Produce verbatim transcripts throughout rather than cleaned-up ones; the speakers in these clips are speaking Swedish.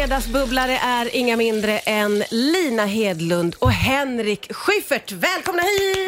fredagsbubblare är inga mindre än Lina Hedlund och Henrik Schyffert. Välkomna hit!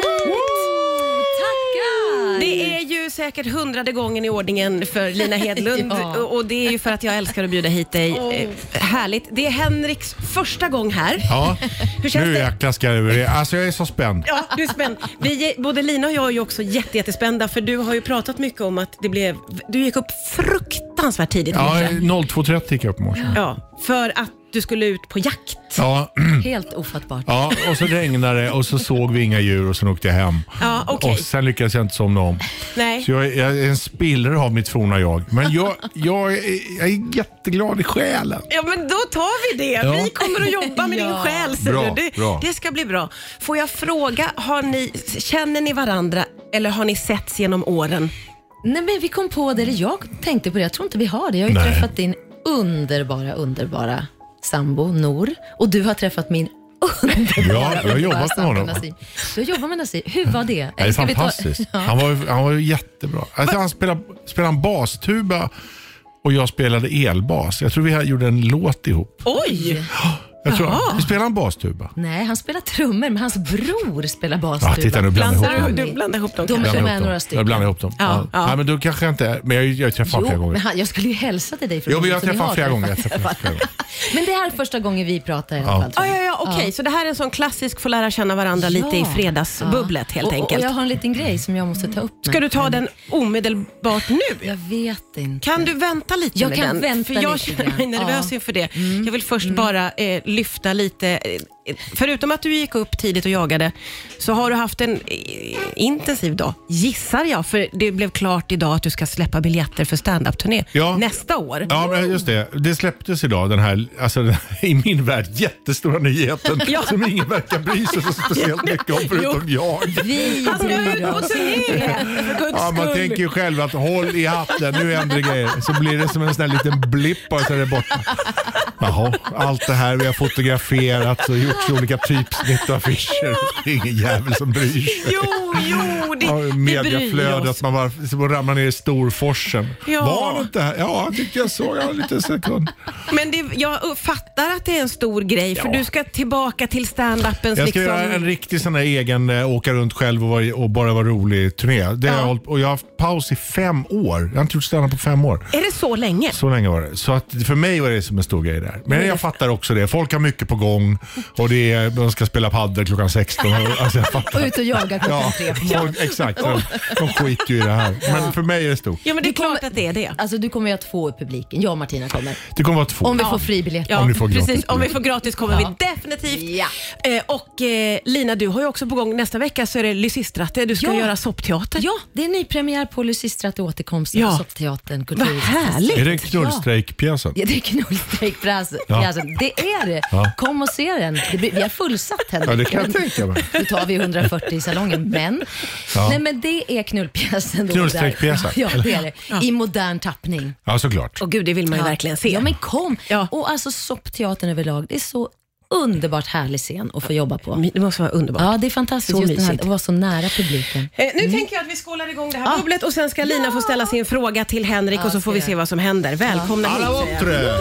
Tackar! Det är ju säkert hundrade gången i ordningen för Lina Hedlund ja. Och det är ju för att jag älskar att bjuda hit dig. Oh. Härligt. Det är Henriks första gång här. Ja, hur känns nu det? jäklar ska det. Alltså jag är så spänd. Ja, du är spänd. Vi, både Lina och jag är ju också jätte, jättespända för du har ju pratat mycket om att det blev, du gick upp fruktansvärt tidigt. Ja, noll två trettio gick jag upp i morse. Ja, för att du skulle ut på jakt. Ja. Helt ofattbart. Ja, och så regnade det och så såg vi inga djur och så åkte jag hem. Ja, okay. Och sen lyckades jag inte somna om. Nej. Så jag, jag är en spillra av mitt forna jag. Men jag, jag, är, jag är jätteglad i själen. Ja, men då tar vi det. Ja. Vi kommer att jobba med ja. din själ. Så bra, det, bra. det ska bli bra. Får jag fråga, har ni, känner ni varandra eller har ni setts genom åren? Nej, men vi kom på det, eller jag tänkte på det. Jag tror inte vi har det. Jag har ju Nej. träffat din underbara, underbara sambo Nor och du har träffat min underbara, ja, jag har jobbat med honom. Nassim. Du har jobbat med Nassim. Hur var det? Det är fantastiskt. Ta... Han, var, han var ju jättebra. Alltså, han spelade, spelade en bastuba och jag spelade elbas. Jag tror vi gjorde en låt ihop. Oj! Jag tror, vi spelar en bastuba. Nej, han spelar trummor, men hans bror spelar bastuba. Ja, titta, nu blandar ihop dem. Du blandar ihop dem. De är med några stycken. Jag blandar ihop dem. Ja. Ja. Nej, men då kanske jag inte, men jag, jag träffar flera gånger. Men han, jag skulle ju hälsa till dig. För jo, men jag träffar flera gånger. Jag träffar flera gånger. Men det här är första gången vi pratar i alla fall. Ja, ja, ja, okej. Okay. Ja. Så det här är en sån klassisk få lära känna varandra ja. lite i fredagsbubblet helt och, enkelt. Och jag har en liten grej som jag måste ta upp. Ska du ta men... den omedelbart nu? Jag vet inte. Kan du vänta lite jag med kan den? Vänta för jag lite känner mig nervös inför det. Mm. Jag vill först mm. bara eh, lyfta lite. Förutom att du gick upp tidigt och jagade så har du haft en intensiv dag, gissar jag, för det blev klart idag att du ska släppa biljetter för stand-up-turné ja. nästa år. Ja, men just det. Det släpptes idag, den här, alltså den här, i min värld, jättestora nyheten ja. som ingen verkar bry sig så speciellt mycket om förutom jo. jag. Vi Han är på turné. Ja, man tänker ju själv att håll i hatten, nu händer det grejer. Så blir det som en sån här liten blipp och så är det borta. Jaha, allt det här vi har fotograferat och gjort olika typsnitt och affischer. Det är ingen jävel som bryr sig. Jo, jo, det, ja, mediaflödet oss. Man bara så ramlar ner i Storforsen. Ja. Var det inte här? Ja, jag tyckte jag såg en liten sekund. Men det, jag fattar att det är en stor grej för ja. du ska tillbaka till stand-upens Jag ska liksom... göra en riktig sån där egen äh, åka runt själv och, var, och bara vara rolig turné. Det ja. har jag hållit, och jag har haft paus i fem år. Jag har inte gjort stand-up på fem år. Är det så länge? Så länge var det. Så att för mig var det som en stor grej där. Men mm. jag fattar också det. Folk har mycket på gång och det är, de ska spela paddel klockan sexton. Alltså jag fattar. Och ut och jaga klockan ja, tre på folk, exakt. De, de skiter ju i det här. Men för mig är det stort. Ja, men det är kommer, klart att det är det. Alltså du kommer ju att få publiken. Jag och Martina kommer. Det kommer vara två. Om vi ja. får fribiljetter. Ja, om, får precis. gratis. Om vi får gratis kommer ja. vi definitivt. Ja. Eh, och eh, Lina, du har ju också på gång nästa vecka så är det Lysistrate. Du ska ja. göra soppteater. Ja, det är nypremiär på Lysistrate återkomst av ja. soppteatern. Vad härligt. Är det knullstrejkpjäsen? Ja, det är knullstrejkpjäsen. Ja. Det är det. Ja. Kom och se den. Det blir, vi har fullsatt henne. Ja, det kan jag tänka mig. Nu tar vi hundrafyrtio i salongen, men ja. nej, men det är knullpjäsen. Knullstrejkpjäsen? Ja, det är det. Ja. I modern tappning. Ja, såklart. Och gud, det vill man ju ja. verkligen se. Ja, men kom. Ja. Och alltså soppteatern överlag, det är så underbart härlig scen att få jobba på. Det måste vara underbart. Ja, det är fantastiskt så just den här, mysigt. att vara så nära publiken. Eh, nu mm. tänker jag att vi skålar igång det här ja. bubblet och sen ska Lina ja. få ställa sin fråga till Henrik ja, och så får vi se vad som händer. Välkomna ja. hit.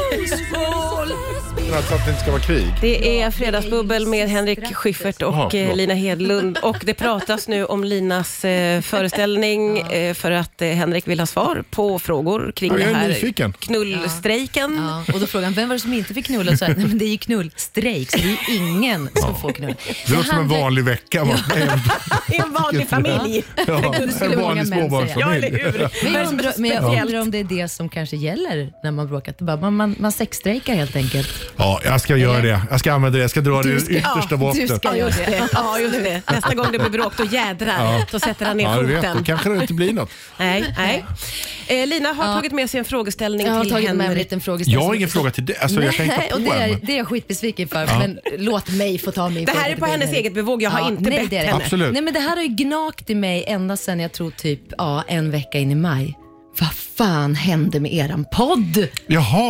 Så att det inte ska vara krig. Det är fredagsbubbel med Henrik Schyffert och Aha, eh, Lina Hedlund och det pratas nu om Linas eh, föreställning eh, för att eh, Henrik vill ha svar på frågor kring ja, det här nyfiken. knullstrejken. Ja. Ja. Och då frågan, vem var det som inte fick knulla? Så här, nej, men det är ju knullstrejk så det är ingen som ja. får knulla. Det låter som en vanlig vecka. Ja. En vanlig familj. Ja, en vanlig småbarnsfamilj. Ja, men jag undrar, men jag undrar om det är det som kanske gäller när man bråkat. Man, man, man sexstrejkar helt enkelt. Ja, jag ska göra det. Jag ska använda det. Jag ska dra det ur yttersta botten. Du ska göra det. Ja, just det. Nästa gång det blir bråk, då jädrar. Ja. Då sätter han ner ja, foten. Vet, då kanske det inte blir något. Nej, nej. Eh, Lina har ja. tagit med sig en frågeställning jag till Henrik. Henrik. En liten frågeställning. Jag har ingen fråga till det. Alltså, nej, jag kan inte på och det, är, en. det är jag skitbesviken för. Ja. Men låt mig få ta min Det här är på hennes eget bevåg. Jag har ja, inte nej, bett henne. Absolut. Nej, men det här har ju gnagt i mig ända sedan jag tror typ ja, en vecka in i maj. Vad fan hände med eran podd? Jaha.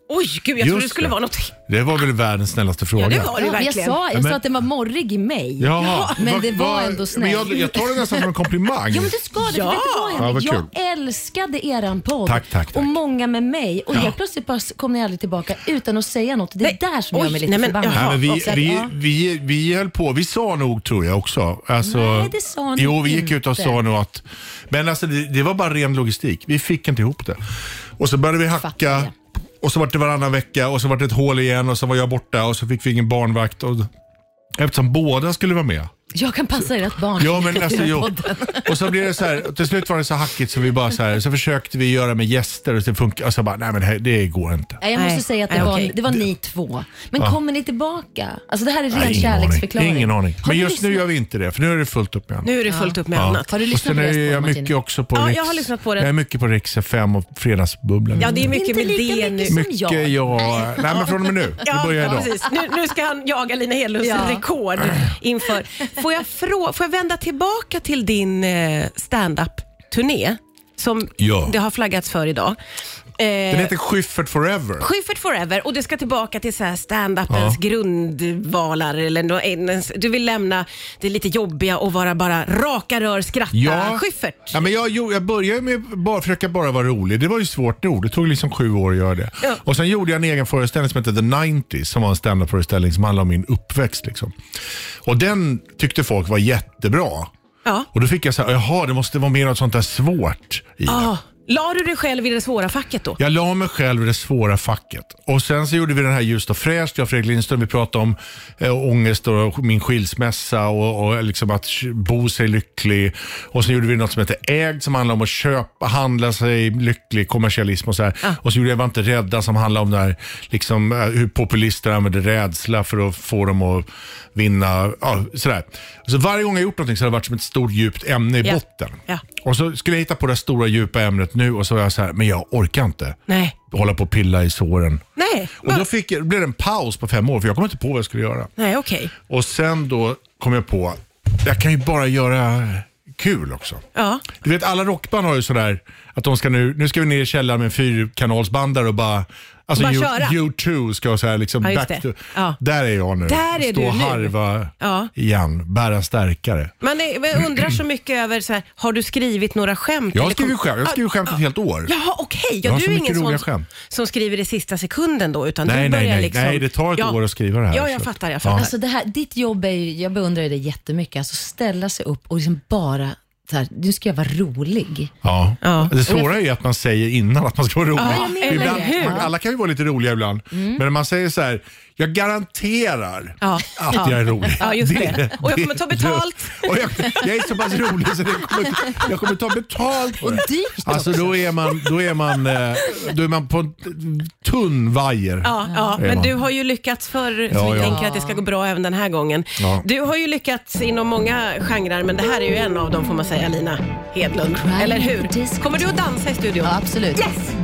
Oj, gud, jag trodde det skulle det. vara något. Det var väl världens snällaste fråga. Ja, det var det Ja, jag verkligen. sa, jag men, sa att den var morrig i mig. Jaha, men va, det var va, ändå snällt. Men jag, jag tar det nästan som en komplimang. Ja, men det ska det. Ja. För Ja, vet du vad, vad jag älskade eran podd. Tack, tack, tack. Och många med mig. Och Ja. helt plötsligt bara kom ni aldrig tillbaka utan att säga något. Det är Nej. där som Oj, jag är lite nej, men- förbannad. jaha. Nej, men vi, Så att, vi, ja. vi, vi höll på, vi sa nog tror jag också. Alltså, Nej, det sa ni Jo, vi gick ut och inte. sa nog att, men alltså det, det var bara ren logistik. Vi fick inte ihop det. Och så började vi Fattar hacka jag. och så var det varannan vecka och så var det ett hål igen och så var jag borta och så fick vi ingen barnvakt. Och, eftersom båda skulle vara med. Jag kan passa ert barn. Ja, men alltså, i jo. podden. Och så blev det så här, till slut var det så hackigt så vi bara så här, så försökte vi göra med gäster och det funkar, och så bara, nej men det, här, det går inte. Nej, jag måste Nej. säga att det, Nej, var, okej. det var ni två. Men Ja. kommer ni tillbaka? Alltså det här är ren Nej, ingen kärleksförklaring. aning. Ingen aning. Har Men du just nu lyssnat- gör vi inte det, för nu är det fullt upp med annat. Nu är det fullt upp med Ja. annat. Har du Och lyssnat sen på är det? jag Martina? mycket också på Ja, Riks. jag har lyssnat på det. Jag är mycket på Riks F M och Fredagsbubblan. Ja, det är mycket Inte med lika det nu. mycket som mycket jag. ja. Nej, men från och med nu. Vi Ja, börjar ja, idag. precis. Nu, nu ska han jaga Lina Hedlunds Ja. rekord inför. Får jag, frå, får jag vända tillbaka till din eh, stand-up-turné som Ja. det har flaggats för idag? Eh, Den heter Schyffert Forever. Schyffert Forever och det ska tillbaka till så här stand-upens Ja. grundvalar. Eller nå- en- du vill lämna det lite jobbiga och vara bara raka rör, skratta. Ja. Schyffert. Ja, men jag, jo, jag började med att bara, försöka bara vara rolig. Det var ju svårt nog. Det tog liksom sju år att göra det. Ja. Och sen gjorde jag en egen föreställning som hette The nittio som var en stand-up-föreställning som handlade om min uppväxt. Liksom. Och den tyckte folk var jättebra. Ja. Och då fick jag så här, jaha, det måste vara mer något sånt där svårt i det. Ah, la du dig själv i det svåra facket då? Jag la mig själv i det svåra facket. Och sen så gjorde vi den här Just och fräscht. Jag och Fredrik Lindström, vi pratade om eh, ångest och min skilsmässa och, och liksom att bo sig lycklig. Och sen gjorde vi något som heter Ägd som handlar om att köpa, handla sig lycklig, kommersialism och så här. Ah. Och så gjorde jag Var inte rädda som handlar om det här, liksom, eh, hur populister använder rädsla för att få dem att vinna. Ja, sådär. Så varje gång jag gjort någonting så har det varit som ett stort djupt ämne i Ja. botten. Ja. Och så skulle jag hitta på det stora djupa ämnet nu och så var jag så här, men jag orkar inte Nej. hålla på och pilla i såren. Nej, Och då fick jag, blev det en paus på fem år för jag kom inte på vad jag skulle göra. Nej, okej. Och sen då kom jag på, jag kan ju bara göra kul också. Ja. Du vet alla rockband har ju sådär att de ska nu, nu ska vi ner i källaren med en fyrkanalsbandare och bara, alltså Bara U, köra. U två ska så här liksom Ja, just back det. to, Ja. där är jag nu. Där är Stå du och nu. harva Ja. igen, bära starkare. Man, är, man undrar så mycket över, så här, har du skrivit några skämt? Jag har Eller skrivit kom- skämt, jag har skrivit skämt ett helt år. Jaha, okej. Jag Ja, har du så är mycket ingen roliga sån skämt. som skriver i sista sekunden då, utan Nej, du nej, börjar nej, liksom... nej, det tar ett ja. år att skriva det här. Ja, jag så. fattar, jag fattar. Alltså det här, ditt jobb är ju, jag beundrar ju det jättemycket. Alltså ställa sig upp och liksom bara, så här, nu ska jag vara rolig. Ja. Ja. Det svåra är ju att man säger innan att man ska vara rolig. Ja, jag menar ibland, det. man, alla kan ju vara lite roliga ibland. Men när man säger så här, jag garanterar Ja. att Ja. jag är rolig. Ja, just det. Och jag kommer ta betalt. Och jag, jag är så pass rolig så det kommer, jag kommer ta betalt för det. Dyrt Alltså då är man, då är man, eh, då är man på en tunn vajer. Ja, ja, Är men man. du har ju lyckats förr, så Ja, vi ja. tänker att det ska gå bra även den här gången. Ja. Du har ju lyckats inom många genrer, men det här är ju en av dem får man säga, Lina Hedlund. Crime Eller hur? disco. Kommer du att dansa i studion? Ja, absolut. Yes!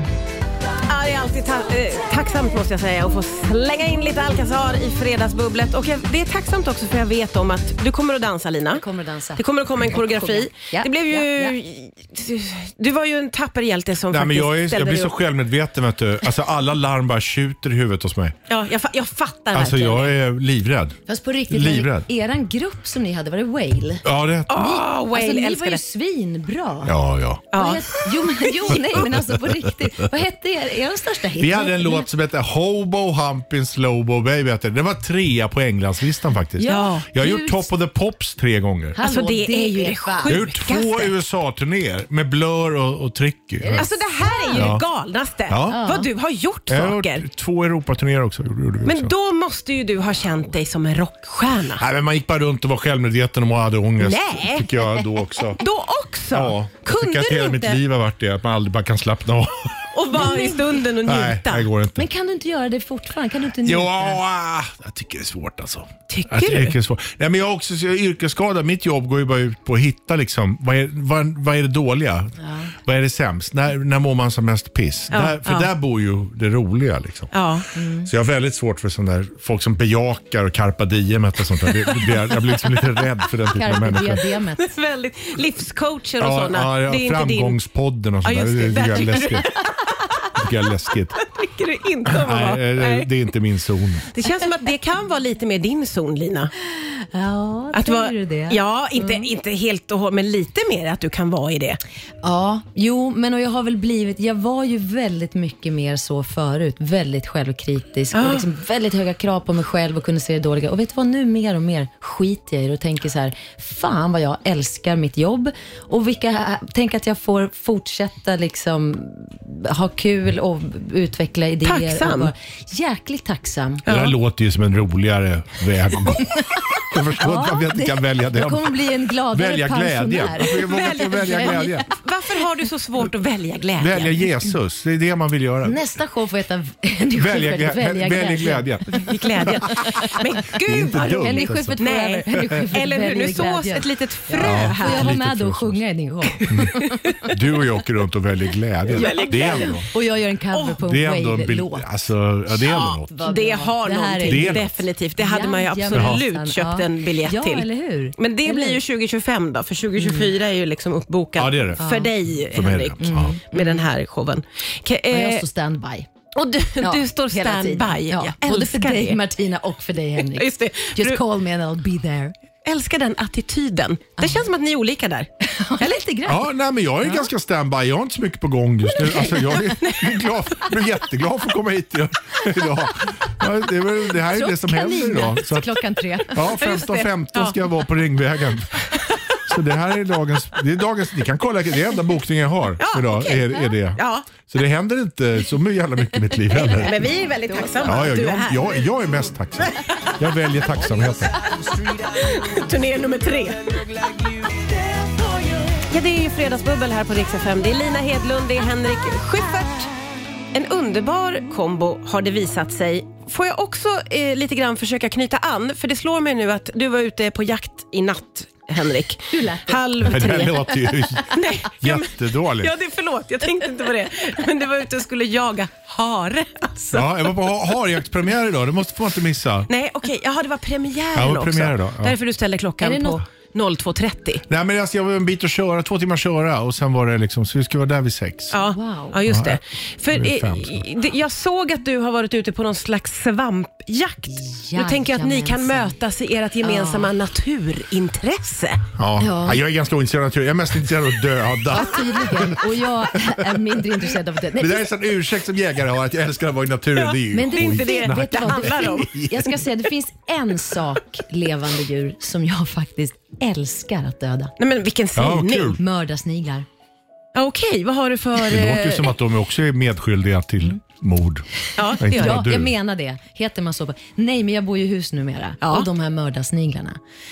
Ja, det är alltid ta- eh, tacksamt måste jag säga att få slänga in lite Alcazar i fredagsbubblet. Och jag, det är tacksamt också för jag vet om att du kommer att dansa, Lina. Jag kommer att dansa. Det kommer att komma en koreografi. Ja, Det blev ju... ja, Du var ju en tapper hjälte som Nej, men faktiskt jag, är, jag ställde blir dig så upp. självmedveten. Vet du. Alltså, alla larm bara tjuter i huvudet hos mig. Ja, jag, fa- jag fattar Alltså, verkligen. jag är livrädd. Fast på riktigt, Livrädd. eran grupp som ni hade, var det Whale? Ja, det, Åh, Alltså, Whale, ni var älskar ju det. svinbra. ja, ja. Vad Ja. het, jo, men, jo, nej, men alltså på riktigt. Vad hette er, er största hit? Vi hade en låt som hette Hobo Humpin' Slowbo Baby. Den var trea på Englandslistan faktiskt. Ja. Jag har Hur- gjort Top of the Pops tre gånger. Hallå, Alltså, det är ju det fan. Jag har gjort sjukaste. två U S A-turnéer med Blur och, och Tricky. Alltså det här är ju Ja. det galnaste. Ja. Vad du har gjort Jag har saker. gjort två Europaturnéer också. Gjorde, gjorde vi Men också. då måste ju du ha känt dig som en rockstjärna. Nej, men man gick bara runt och var självmedveten och hade ångest. Nej. Tycker jag då också. Då också? Ja, jag Kunde tycker att du hela inte mitt liv har varit det. Att man aldrig bara kan slappna av. och vara i stunden och Nej, njuta? det går inte. Men kan du inte göra det fortfarande? Kan du inte njuta? Ja, jag tycker det är svårt alltså. Tycker jag tycker du? Det är svårt. Nej, men jag är också så jag är yrkesskadad. Mitt jobb går ju bara ut på att hitta liksom, vad, är, vad, vad är det dåliga? Vad är det sämst? När, när mår man som mest piss? Ja, där, för ja. där bor ju det roliga. Liksom. Ja. Så jag har väldigt svårt för sån där, folk som bejakar och carpa diemet och sånt där. Det, det, jag blir liksom lite rädd för den typen av Carpe människor. diademet. Väldigt livscoacher och Ja, sådana. ja, ja, det är inte din... framgångspodden och sånt Ja, där. just det. Det tycker jag är läskigt. Det tycker jag är läskigt. tycker du inte om att vara. Nej, Nej, det är inte min zon. Det känns som att det kan vara lite mer din zon, Lina. Ja, att tror vara, du det? Ja, inte, mm. inte helt och hållet, men lite mer att du kan vara i det. Ja, jo, men och jag har väl blivit, jag var ju väldigt mycket mer så förut, väldigt självkritisk ah. och liksom väldigt höga krav på mig själv och kunde se det dåliga. Och vet du vad, nu mer och mer skiter jag i det och tänker så här, fan vad jag älskar mitt jobb och vilka, tänk att jag får fortsätta liksom ha kul och utveckla idéer. Tacksam. Och jäkligt tacksam. Det här låter ju som en roligare väg att gå. Jag förstår ja, varför jag inte kan välja det. Jag kommer bli en gladare välja pensionär. Varför vågar välja, välja glädje? Varför har du så svårt att välja glädje? Välja Jesus, det är det man vill göra. Nästa show får heta välja, glä, välja glädje. Välja glädje. Men gud vad roligt. Henrik Schyffert Nej. Forever. Eller hur, nu sås ett litet frö ja. här. Får jag vara med då och sjunga i din show? Mm. Du och jag åker runt och väljer glädje. Väljer det är ändå. Och jag gör en cover oh, på en Whale-låt. Alltså, ja, det är ändå ja, något. Det har det någonting, definitivt. Det hade ja, man ju absolut ja. köpt en biljett ja, till. Eller hur? Men det eller blir ju tjugo tjugofem då, för tjugo tjugofyra mm. är ju liksom uppbokat ja, det är det. för dig, för Henrik, mm. med den här showen. K- eh, jag står standby. Och du, ja, du står standby. Ja, både för dig det. Martina och för dig Henrik. Just det. Just du, call me and I'll be there. Älskar den attityden. Det ah. känns som att ni är olika där. Eller lite grann. Ja, nej, men jag är ja. ganska standby. Jag har inte så mycket på gång just nu. Alltså, jag är, glad, jag är jätteglad för att komma hit idag. Ja, det, är, det här är klockan det som händer idag. Så att, klockan tre. Ja, femton femton ska jag vara på Ringvägen. Så det här är dagens, det är dagens, ni kan kolla, det är enda bokningen jag har ja, idag, okay. är, är det. Ja. Så det händer inte så mycket jävla mycket i mitt liv heller. Men vi är väldigt tacksamma ja, ja, att du jag, är här. Jag, jag är mest tacksam. Jag väljer tacksamheten. Turné nummer tre. Ja, det är ju fredagsbubbel här på Rix F M. Det är Lina Hedlund, det är Henrik Schyffert. En underbar kombo har det visat sig. Får jag också eh, lite grann försöka knyta an, för det slår mig nu att du var ute på jakt i natt, Henrik. Halv tre. Det låter ju Nej, jättedåligt. Ja, det är förlåt. Jag tänkte inte på det. Men du var ute och skulle jaga hare. Alltså. Ja, jag var på harjaktspremiär idag. Det måste få inte missa. Nej, okej. Okay. Jaha, det var premiären ja, var också. Premiär då, ja. Därför du ställde klockan på något? noll två trettio. Nej, men alltså, jag var en bit att köra, två timmar köra och sen var det liksom, så vi skulle vara där vid sex. Ja, wow. Ja just det. För det fem, eh, jag såg att du har varit ute på någon slags svampjakt. Ja, nu tänker jag att ni kan mötas i ert gemensamma ja. naturintresse. Ja. Ja. Jag är ganska ointresserad av natur. Jag är mest intresserad av att döda. Ja, tydligen. Och jag är mindre intresserad av det. Nej, det där är en sån ursäkt som jägare har, att jag älskar att vara i naturen. Ja. Det är ju men det är inte det, vet det handlar om. Jag ska säga, det finns en sak levande djur som jag faktiskt älskar att döda. Nej, men vilken sägning. Ja, mördarsniglar. Okej, okay, vad har du för... Det låter ju som att de också är medskyldiga till mm. mord. Ja, det ja jag menar det. Heter man så? Nej, men jag bor ju i hus numera. Ja. Och de här mördarsniglarna.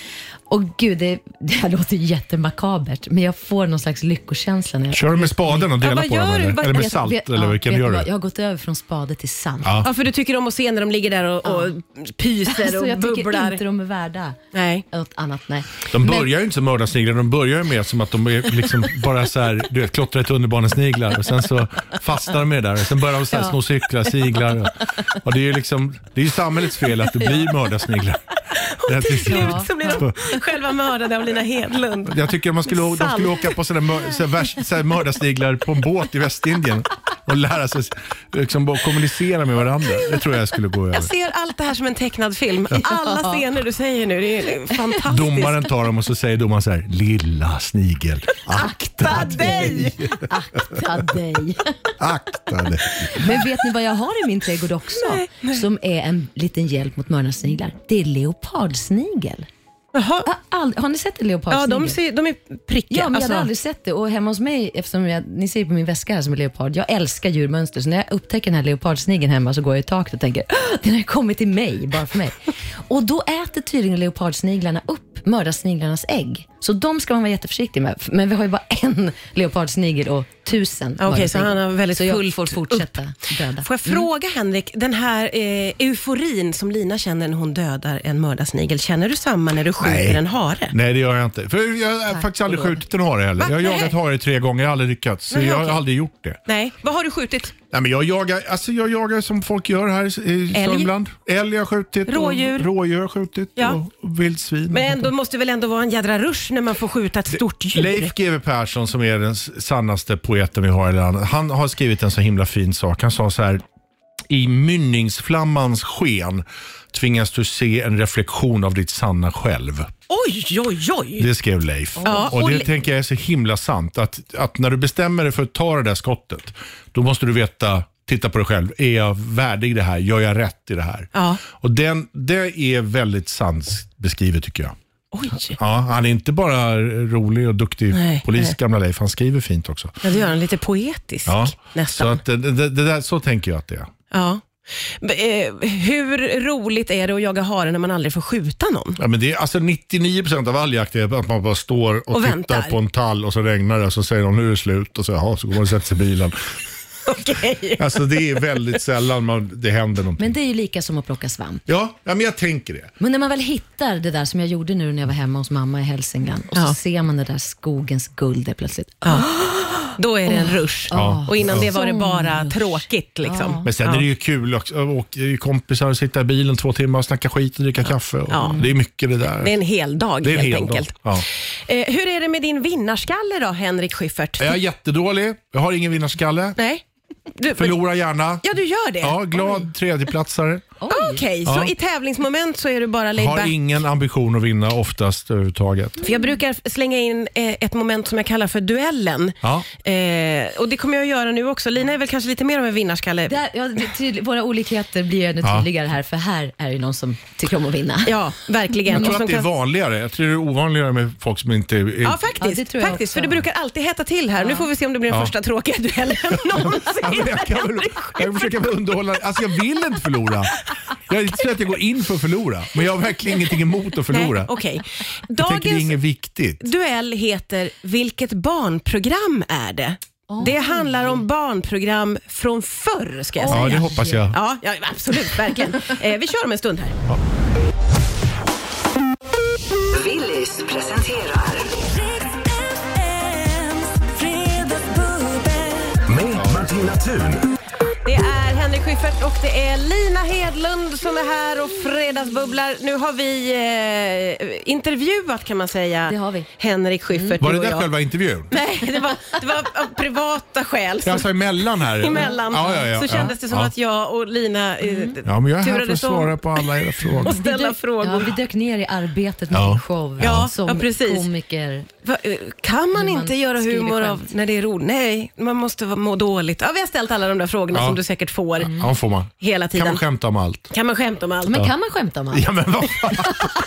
Och gud, det, det här låter jättemakabert, men jag får någon slags lyckokänsla när jag... Kör du med spaden och delar ja, på dem? Eller, eller med salt? Vet, eller vilken ja, gör du? Jag har gått över från spade till salt. Ja, ja för du tycker om att se när de ligger där och, ja. och pyser alltså, och jag bubblar. Jag tycker inte de är värda. Nej. Något annat, nej. De börjar men... ju inte som mördarsniglar, de börjar ju mer som att de är liksom bara så här, du vet, klottrar i tunnelbanesniglar och sen så fastnar de med det där och sen börjar de så här, ja. små cyklar, siglar och, och det är ju liksom, det är ju samhällets fel att det blir mördarsniglar. Och till slut ja. så blir de själva mördade av Lina Hedlund. Jag tycker att man skulle, de skulle åka på sådana mör, så mördarsniglar på en båt i Västindien och lära sig liksom, bara kommunicera med varandra. Det tror jag skulle gå över. Jag ser allt det här som en tecknad film. Alla scener du säger nu, det är fantastiskt. Domaren tar dem och så säger domaren så här: lilla snigel, akta, akta dig. Akta dig. Akta dig. Men vet ni vad jag har i min trädgård också? Nej, nej. Som är en liten hjälp mot mördarsniglar? Det är leopardsnigel. Jaha. Ald- har ni sett en leopardsnigel? Ja, de, ser, de är prickiga. Ja, men alltså. jag har aldrig sett det. Och hemma hos mig, eftersom jag, ni ser på min väska här som är leopard, jag älskar djurmönster. Så när jag upptäcker den här leopardsnigeln hemma så går jag i taket och tänker, den har kommit till mig, bara för mig. Och då äter tydligen leopardsniglarna upp mördarsniglarnas ägg. Så de ska man vara jätteförsiktig med. Men vi har ju bara en leopardsnigel och tusen. Okej, okay, så han har väldigt så fullt jag får fortsätta upp. döda. Får jag fråga mm. Henrik, den här eh, euforin som Lina känner när hon dödar en mördarsnigel, känner du samma när du skjuter Nej. en hare? Nej, det gör jag inte. För jag har faktiskt aldrig skjutit en hare heller. Va? Jag har jagat hare tre gånger, jag har aldrig lyckats. Så Nej, jag har okay. aldrig gjort det. Nej, vad har du skjutit? Nej, men jag jagar, alltså jag jagar som folk gör här i Sörmland. Älg har skjutit. Rådjur. Och rådjur har skjutit. Ja. Och vildsvin. Men ändå måste väl ändå vara en jädra rush när man får skjuta ett stort djur. Leif G W Persson, som är den sannaste poeten vi har i landet, han har skrivit en så himla fin sak. Han sa så här: I mynningsflammans sken tvingas du se en reflektion av ditt sanna själv. Oj, oj, oj. Det skrev Leif. Ja, och och det Le- tänker jag är så himla sant. Att, att när du bestämmer dig för att ta det där skottet, då måste du veta, titta på dig själv. Är jag värdig det här? Gör jag rätt i det här? Ja. Och den, det är väldigt sans beskrivet tycker jag. Oj. Ja, han är inte bara rolig och duktig Nej, polis, nej. gamla Leif. Han skriver fint också. Ja, det gör han lite poetisk Ja, nästan. så, att, det, det, det där, så tänker jag att det är. Ja. B- eh, hur roligt är det att jaga hare när man aldrig får skjuta någon? Ja, men det är, alltså nittionio procent av all jakt är att man bara står och, Och tittar väntar. på en tall och så regnar det och så säger de nu är det slut och så, jaha, så går man och sätter sig i bilen. Okej. Alltså det är väldigt sällan man, det händer någonting. Men det är ju lika som att plocka svamp. Ja, ja, men jag tänker det. Men när man väl hittar det där som jag gjorde nu när jag var hemma hos mamma i Hälsingland och Ja. så ser man det där skogens guld där plötsligt. Ja. Då är det en rush. Ja. Och innan det var det Sån bara rush. tråkigt. Liksom. Ja. Men sen Ja. är det ju kul också att åka kompisar och sitta i bilen två timmar och snacka skit och dricka kaffe. Och Ja. Det är mycket det där. Det är en hel dag Det är en helt hel enkelt. dag. Ja. Eh, hur är det med din vinnarskalle då, Henrik Schyffert? Jag är jättedålig. Jag har ingen vinnarskalle. Nej? Du, Förlorar gärna. Ja, du gör det? Ja, glad tredjeplatsare. Okej, så Ja. i tävlingsmoment så är du bara laid Har back. ingen ambition att vinna oftast överhuvudtaget. För jag brukar slänga in eh, ett moment som jag kallar för duellen. Ja. Eh, och det kommer jag att göra nu också. Lina är väl kanske lite mer av en vinnarskalle. Där, ja, det är tydlig, våra olikheter blir ännu Ja. tydligare här, för här är det någon som tycker om att vinna. Ja, verkligen. Jag tror Och som att det är kan- vanligare. Jag tror det är ovanligare med folk som inte är... Ja, faktiskt. Ja, det tror jag faktiskt också. för det brukar alltid hetta till här. Nu får vi se om det blir den Ja. första tråkiga duellen någonsin. Ja, men jag kan väl, jag försöker väl underhålla. Alltså jag vill inte förlora. Jag är inte så att jag går in för att förlora. Men jag har verkligen ingenting emot att förlora. Nej, okej. Jag tänker det är Dagens inget viktigt. duell heter Vilket barnprogram är det? Det handlar om barnprogram från förr, ska jag Ja, säga. det hoppas jag. Ja, ja absolut, verkligen. Eh, vi kör om en stund här. Willys presenterar Med Martina Thun. Det är Henrik Schyffert och det är Lina Hedlund som är här och fredagsbubblar. Nu har vi eh, intervjuat, kan man säga, Det har vi. Henrik Schyffert. Var du det och där jag. själva intervjun? Nej, det var, det var av privata skäl. Jag sa emellan här. Emellan Ja, ja, ja, så kändes ja, det som ja. att jag och Lina eh, Ja, men jag är här för att turades om svara på alla era frågor. och ställa Vi dök- frågor. Ja, vi dök ner i arbetet med Ja. din show Ja, som ja, precis. komiker. Va, eh, kan man När man inte göra skriver humor av skämt. när det är roligt? Nej, man måste vara- må dåligt. Ja, vi har ställt alla de där frågorna Ja. som du säkert får Ja, får man. hela Kan tiden. man skämta om allt? Kan man skämta om allt? Men kan man skämta om allt? Ja, men vad fan?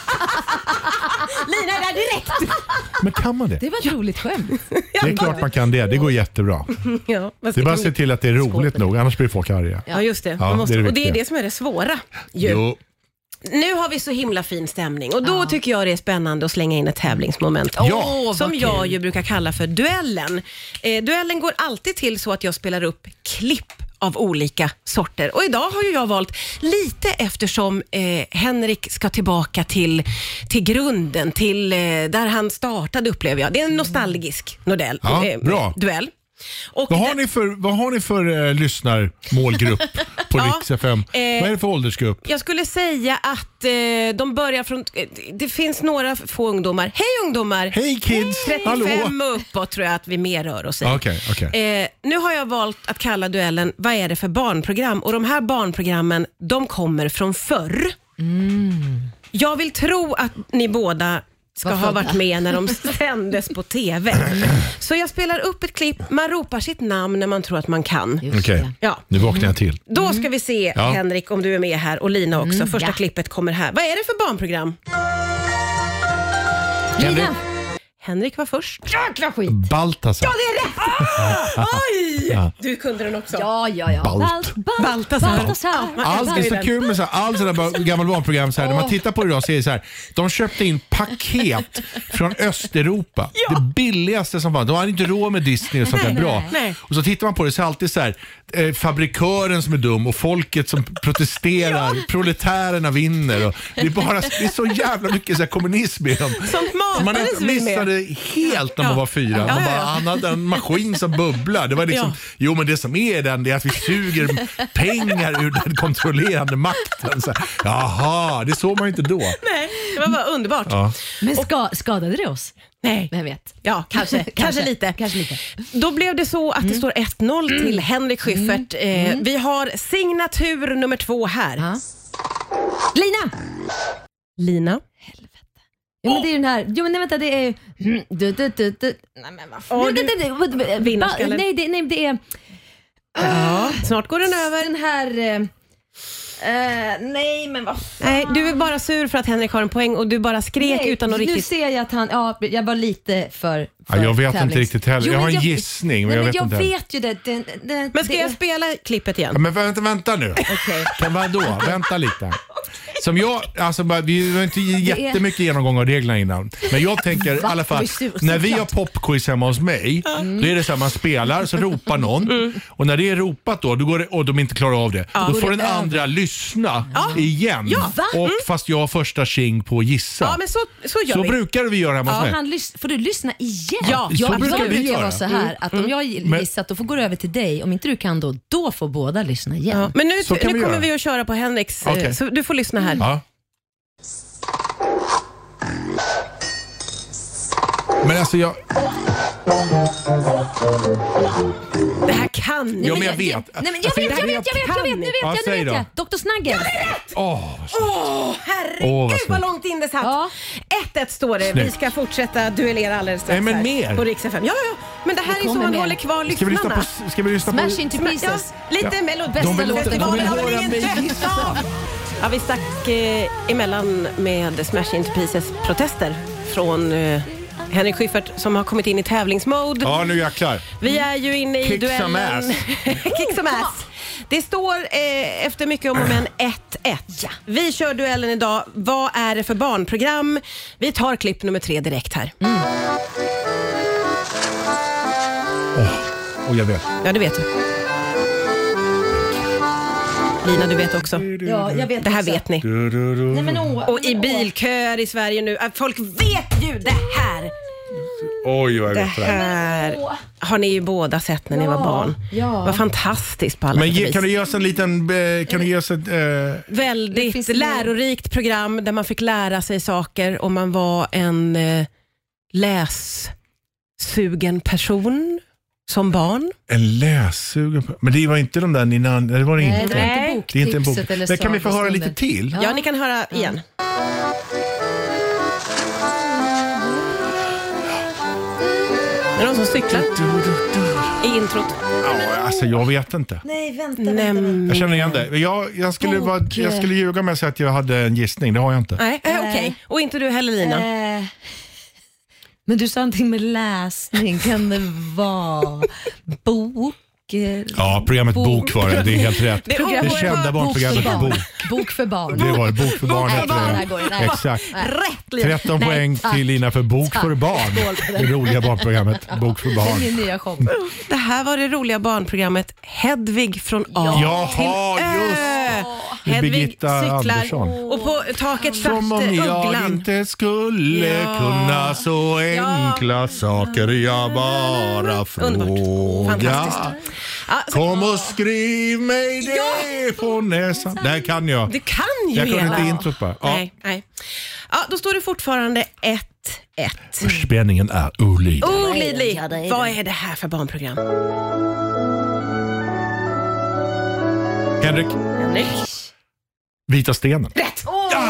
Lina är där direkt! Men kan man det? Det var ett roligt skämt. Det är klart man kan det. Det går jättebra. Ja, vad Det ska är bara att man- se till att det är roligt nog, annars blir folk arga. Ja, just det. Ja, Man måste, det är det och det är viktiga. det som är det svåra. Ju. Jo. Nu har vi så himla fin stämning och då tycker jag det är spännande att slänga in ett tävlingsmoment. Ja. Åh, som vad jag kul. ju brukar kalla för duellen. Eh, duellen går alltid till så att jag spelar upp klipp av olika sorter. Och idag har ju jag valt lite eftersom eh, Henrik ska tillbaka till, till grunden, till eh, där han startade, upplever jag. Det är en nostalgisk modell, Ja, eh, bra. duell. Och Vad har den- ni för, vad har ni för eh, lyssnarmålgrupp på Ja, Rix F M? eh, Vad är det för åldersgrupp? Jag skulle säga att eh, de börjar från... Eh, det finns några få ungdomar. Hej ungdomar! Hej kids! Hallå! trettiofem och uppåt tror jag att vi mer rör oss i. Okej, okej. Eh, nu har jag valt att kalla duellen Vad är det för barnprogram? Och de här barnprogrammen, de kommer från förr. Jag vill tro att ni båda ska Vad ha födda. varit med när de sändes på T V. Så jag spelar upp ett klipp, man ropar sitt namn när man tror att man kan. Just Okej, det. Ja. nu vaknar jag till. Då ska vi se, Ja. Henrik, om du är med här och Lina också. Första ja. klippet kommer här. Vad är det för barnprogram? Henrik? Lina, Henrik var först. jäkla skit. Baltasar. Ja, det är rätt! Ah! Oj! Du kunde den också. Ja, ja, ja. Balt. Balt, balt, Baltasar. Baltasar. Ja, Allt det är så kul med så här, all sådana bar- gamla barnprogram så här, när man tittar på det idag så är det så här, de köpte in paket från Östeuropa. Det billigaste som fanns. De hade inte råd med Disney och sånt där bra. nej. Och så tittar man på det så är det alltid så här, eh, fabrikören som är dum och folket som protesterar, proletärerna vinner och det är bara det är så jävla mycket så här kommunism i dem. Sånt Man matades vi med. missade helt när man Ja. var fyra. Ja, Man ja, bara, ja. han hade en maskin som bubblar. Det var liksom Jo, men det som är den, det är att vi suger pengar ur den kontrollerande makten. Så, jaha, det såg man ju inte då. Nej, det var bara underbart. Ja. Men ska, skadade det oss? Nej. Jag vet. Ja, kanske, kanske lite. Kanske lite. Då blev det så att det står ett noll till Henrik Schyffert. Eh, vi har signatur nummer två här. Ja. Lina! Lina. Jo, men det är ju den här. Jo, men nej, vänta, det är du, du, du, du. Nej, men vad fan. Åh, Nej, du- det- det- det- Vinnarskallen. Nej, det, nej, det är Ja, snart går den över. den här eh, eh, nej, men vad fan. Nej, du är bara sur för att Henrik har en poäng och du bara skrek Nej, utan att nu riktigt... ser jag att han, ja, jag var lite för, för Ja, jag vet tävlings- inte riktigt heller. Jo, Jag har men en gissning, men nej, jag men vet jag inte heller. vet ju det, det, det Men ska det, jag spela klippet igen? Ja, men vänta, vänta nu. Okej. Kan vadå? Vänta lite. Som jag, alltså bara, vi har inte jättemycket genomgång av reglerna innan. Men jag tänker i alla fall, Oj, så- när vi har såklart. popquiz hemma hos mig, då är det så här, man spelar, så ropar någon. Och när det är ropat då, då går det, och de inte klarar av det, då får den andra lyssna igen. Ja. Och fast jag har första tjing på att gissa. Ja, men så, så gör Så vi. brukar vi göra hemma hos mig. Han lys- får du lyssna igen? Ja, så jag, brukar jag vi brukar göra. vara så här att om jag Men- gissat då får gå över till dig. Om inte du kan då, då får båda lyssna igen. Ja, men nu, Så kan nu vi kommer göra. vi att köra på Henriks, eh, Okej. så du får lyssna här. Ja. Men alltså jag... Det här kan Ja, ni. men jag vet. Nej, men jag Alltså, vet, jag vet, jag vet, jag vet, nu vet Ja, jag, nu säg vet då. jag. doktor Snaggen. Åh, Åh, herregud Åh, vad vad, snyggt. långt in det satt. Ja. ett ett står det. Vi Snyggt. ska fortsätta duellera alldeles strax Nej, men här mer. på Rix F M. Ja, ja, men det här Det är så kommer man mer. håller kvar ska vi lyssna lyssnarna. på... Ska vi lyssna på... Smash into Ja, pieces. lite Ja. Melodifestivalen De vill- de vill har höra väl ingen mig bäst gissa. av. Ja, vi stack eh, emellan med Smash into pieces protester från eh, Henrik Schyffert som har kommit in i tävlingsmode. Ja, nu jäklar. Vi är ju inne i Kick duellen. some ass. Kick some ass. Det står eh, efter mycket om och men ett ett. Ja. Vi kör duellen idag. Vad är det för barnprogram? Vi tar klipp nummer tre direkt här. Mm. Och jag vet. Ja, det vet du. Lina, du vet också. Ja, jag vet Det här också. vet ni. Du, du, du. Nej, men åh, Och i men åh. bilköer i Sverige nu. att Folk vet ju det här. Oj, vad jag Det vet det här. här har ni ju båda sett när ni var barn. ja. Vad fantastiskt på alla Men sätt och ge, vis. kan du ge oss en liten... eh, Kan du ge oss ett... Eh, Det Väldigt finns mer. lärorikt program där man fick lära sig saker och man var en eh, lässugen person som barn. en lässugen... Men det var inte de där Nina... Det var det Nej, inte. det var Nej. inte Det är inte en bok. boktipset eller Men kan vi få höra lite sagostunden. till? Ja, ni kan höra igen. Det är någon som cyklar i introt. Ja, alltså jag vet inte. Nej, vänta, Nej, vänta, vänta. Jag känner igen det. Jag, jag, skulle, Bok. vara, jag skulle ljuga med att säga att jag hade en gissning. Det har jag inte. Nej, eh, okej. Och inte du heller, Lina. Eh, men du sa någonting med läsning. Kan det vara bok? Ja, programmet Bok. Bok var det. Det är helt rätt. Det är Det oerhört kända barnprogrammet för barn. Bok. Bok för barn. Det var det. Bok för barn Nej, hette det här det. går ju- nej. Exakt. Rätt, Lina. tretton Nej. poäng till Lina för Bok för barn. Skål på Det det. roliga barnprogrammet Bok för Det är barn. min nya show. Det här var det roliga barnprogrammet Hedvig från A Jaha, till Ö. just. Med Hedvig Birgitta cyklar Andersson. och på taket satt Som om jag ugglan. inte skulle Ja. kunna så enkla saker jag bara Underbart. Fantastiskt. frågar. Ja, så, Kom och skriv mig det på näsan. Det här kan jag. du kan ju Jag kunde hela. inte introt bara. Ja. Nej, nej. Ja, då står det fortfarande ett ett. Spänningen är olidlig. Olidlig. Ja, det är det. Vad är det här för barnprogram? Henrik, Henrik? Vita stenen. Rätt!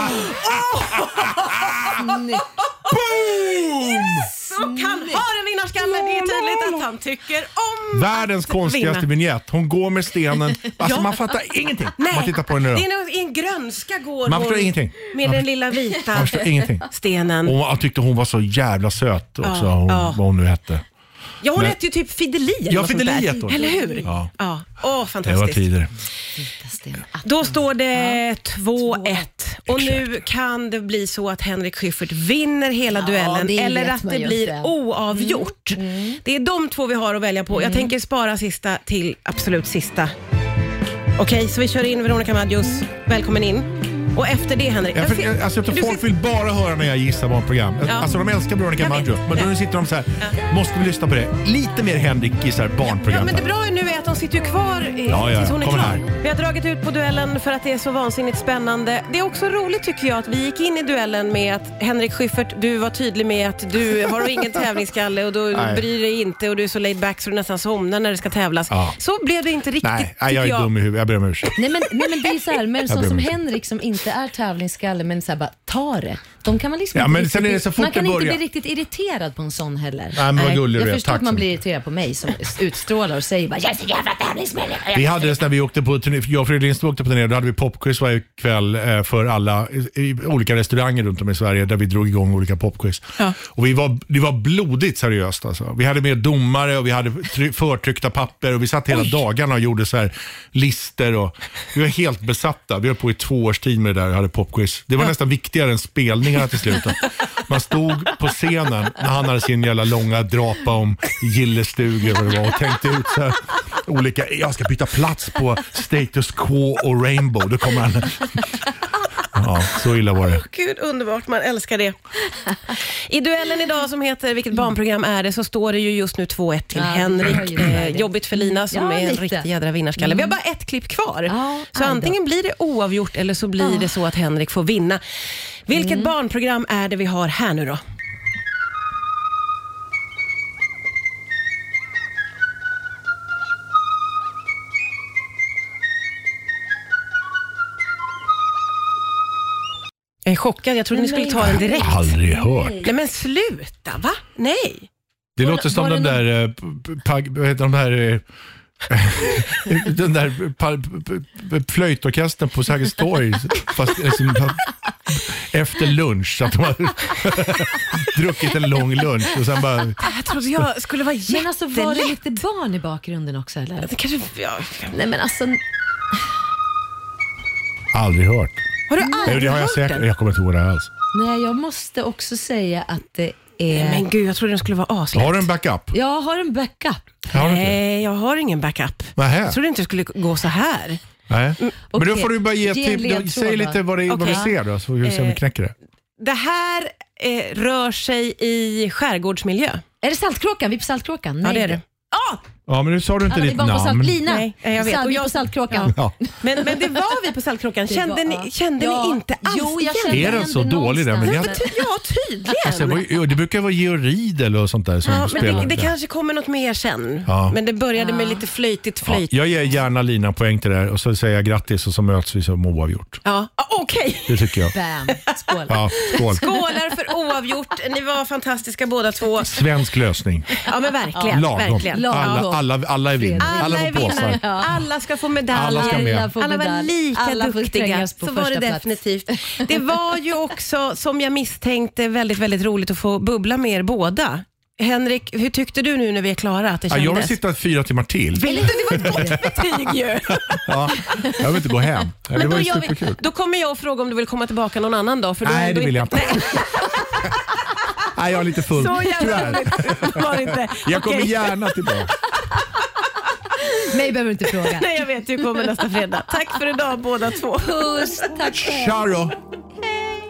Så kan ha en vinnarskalle. Det är tydligt att han tycker om Världens att konstigaste vinna. vignett. Hon går med stenen. Alltså Ja. man fattar ingenting. Nej, Man tittar på henne det nu. är nog i en grönska går Man förstår hon ingenting. med den lilla vita Man förstår ingenting. stenen. Och jag tyckte hon var så jävla söt också. Ja, Hon, ja. Vad hon nu hette. Ja, hon Men- hette ju typ Fideli eller Ja, något sånt Fideli där. hette hon. Eller hur? Ja. Ja. Åh, Det var fantastiskt. tider. Då står det två ett. Och nu kan det bli så att Henrik Schyffert vinner hela duellen det eller vet att man det ju blir inte. oavgjort. Det är de två vi har att välja på. Jag tänker spara sista till absolut sista. Okej, så vi kör in Veronica Maggios. Välkommen in. Och efter det, Henrik... Ja, jag för, ser- alltså, du folk ser- vill bara höra när jag gissar barnprogram. Ja. Alltså de älskar Veronica Jag vet. Maggio. Men då Ja. sitter de så här, måste vi lyssna på det? Lite mer Henrik gissar Ja, barnprogram. men det bra nu är att de sitter ju kvar eh, Ja, ja, tills hon är kom klar. här. Vi har dragit ut på duellen för att det är så vansinnigt spännande. Det är också roligt tycker jag att vi gick in i duellen med att Henrik Schyffert, du var tydlig med att du har ingen tävlingsskalle och du Nej. bryr dig inte och du är så laid back så du nästan somnar när det ska tävlas. Ja. Så blev det inte riktigt, Nej, tycker jag är jag. dum i huvudet. Jag ber om ursäkt. Nej men, nej men det är så här, men Jag sån ber om som ursäkt. Henrik som inte är tävlingsskalle men så här bara ta det. De kan man liksom Ja, inte men riktigt, sen är det så fort man kan det inte börjar. bli riktigt irriterad på en sån heller. Nej, men vad gullig du jag är. förstår Tack att man så blir mycket. irriterad på mig som utstrålar och säger bara jag är så jävla tävlingsmänniska. Vi hade det när vi åkte på turné. Jag och Fredrik Lindström åkte på turné. Då hade vi popquiz varje kväll eh, för alla i, i olika restauranger runt om i Sverige där vi drog igång olika popquiz. Ja. Och vi var, det var blodigt seriöst alltså. Vi hade med domare och vi hade try- förtryckta papper och vi satt hela dagarna och gjorde så här lister och vi var helt besatta. Vi höll på i två års tid med det där och hade popquiz. Det var nästan viktigare än spelningarna till slut. Man stod på scenen när han hade sin jävla långa drapa om gillestugor och, det var, och tänkte ut så här olika, jag ska byta plats på Status Quo och Rainbow. Då kommer han. Ja, så illa var det. Gud, underbart, man älskar det. I duellen idag som heter Vilket barnprogram är det, så står det ju just nu två ett till Ja, det Henrik. har ju det. Eh, jobbigt för Lina som Ja, är en lite. riktig jädra vinnarskalle. Vi har bara ett klipp kvar. Ja, så aj då. antingen blir det oavgjort eller så blir det så att Henrik får vinna. Vilket barnprogram är det vi har här nu då? Jag är chockad, jag trodde ni skulle ta den direkt. Aldrig hört. Nej men sluta, va? Nej. Det Var- låter som var den det där, eh, p- p- pag, vad heter de där, eh, den där pa, p- p- flöjtorkestern på Sergels torg, fast liksom, efter lunch, så att de har druckit en lång lunch och sen bara, Jag trodde jag skulle vara jättelätt. Men alltså var det lite barn i bakgrunden också eller? Det kanske, ja. Nej men alltså, aldrig hört. Har du Nej, aldrig det har jag hört säkert, den? jag kommer inte ihåg det alls. nej jag måste också säga att det är... Men gud, jag trodde den skulle vara aslätt. Har du en backup? Jag har en backup. Har du inte? Nej, jag har ingen backup. Nähä. Jag trodde inte det skulle gå så här. Nej. Men då okej. får du bara ge Ge en tips. ledtråd Säg då. lite vad, det, vad vi Okej. ser då, så får vi se om vi Eh, knäcker det. Det här eh, rör sig i skärgårdsmiljö. Är det Saltkråkan? Vi är på Saltkråkan? Ja, det är det. Ah! Ja, men nu sa du inte Alla vi ditt barn på Salt... namn. Lina, Nej, jag vet. Salt, Och vi är jag- på Saltkråkan. Ja. Men, men det var vi på Saltkråkan. Det Kände, var- ni, kände ja. ni inte alls Jo, jag igen? kände Är den igen så det dålig den? Men någonstans. jag, Ja, tydligen. alltså, det, var ju, det brukar vara Georg Riedel och sånt där som Ja, men spelar. det, det kanske kommer något mer sen. Ja. Men det började med lite flöjtigt Ja, flöjt. jag ger gärna Lina poäng till det här och så säger jag grattis och så möts vi som oavgjort. Ja, ah, okej. Det tycker jag. Bam, skål. Ja, skål. Skålar för oavgjort. Ni var fantastiska båda två. Svensk lösning. Ja, men verkligen. Lagom. verkligen. Alla, alla, alla är vinnare. Alla, Alla är får påsar. vinnare. Alla ska få medaljer. Alla ska med. Alla får Alla var medalj. lika Alla får duktiga. trängas på Så var det första plats. definitivt. Det var ju också, som jag misstänkte, väldigt, väldigt roligt att få bubbla med er båda. Henrik, hur tyckte du nu när vi är klara att det Ja, kändes? jag vill sitta fyra timmar till. Vill du? Det var ett gott betyg ju. Ja, jag vill inte gå hem. Det Men var då, ju gör vi, superkul. då kommer jag att fråga om du vill komma tillbaka någon annan dag. För då Nej, då det vill jag inte. Nej, Nej, jag är lite full. så jävla Tyvärr. roligt var det inte. Jag kommer Okej. gärna tillbaka. Mig behöver du inte fråga. Nej, jag vet, du kommer nästa fredag. Tack för idag båda två. Puss, tack själv. Tja då.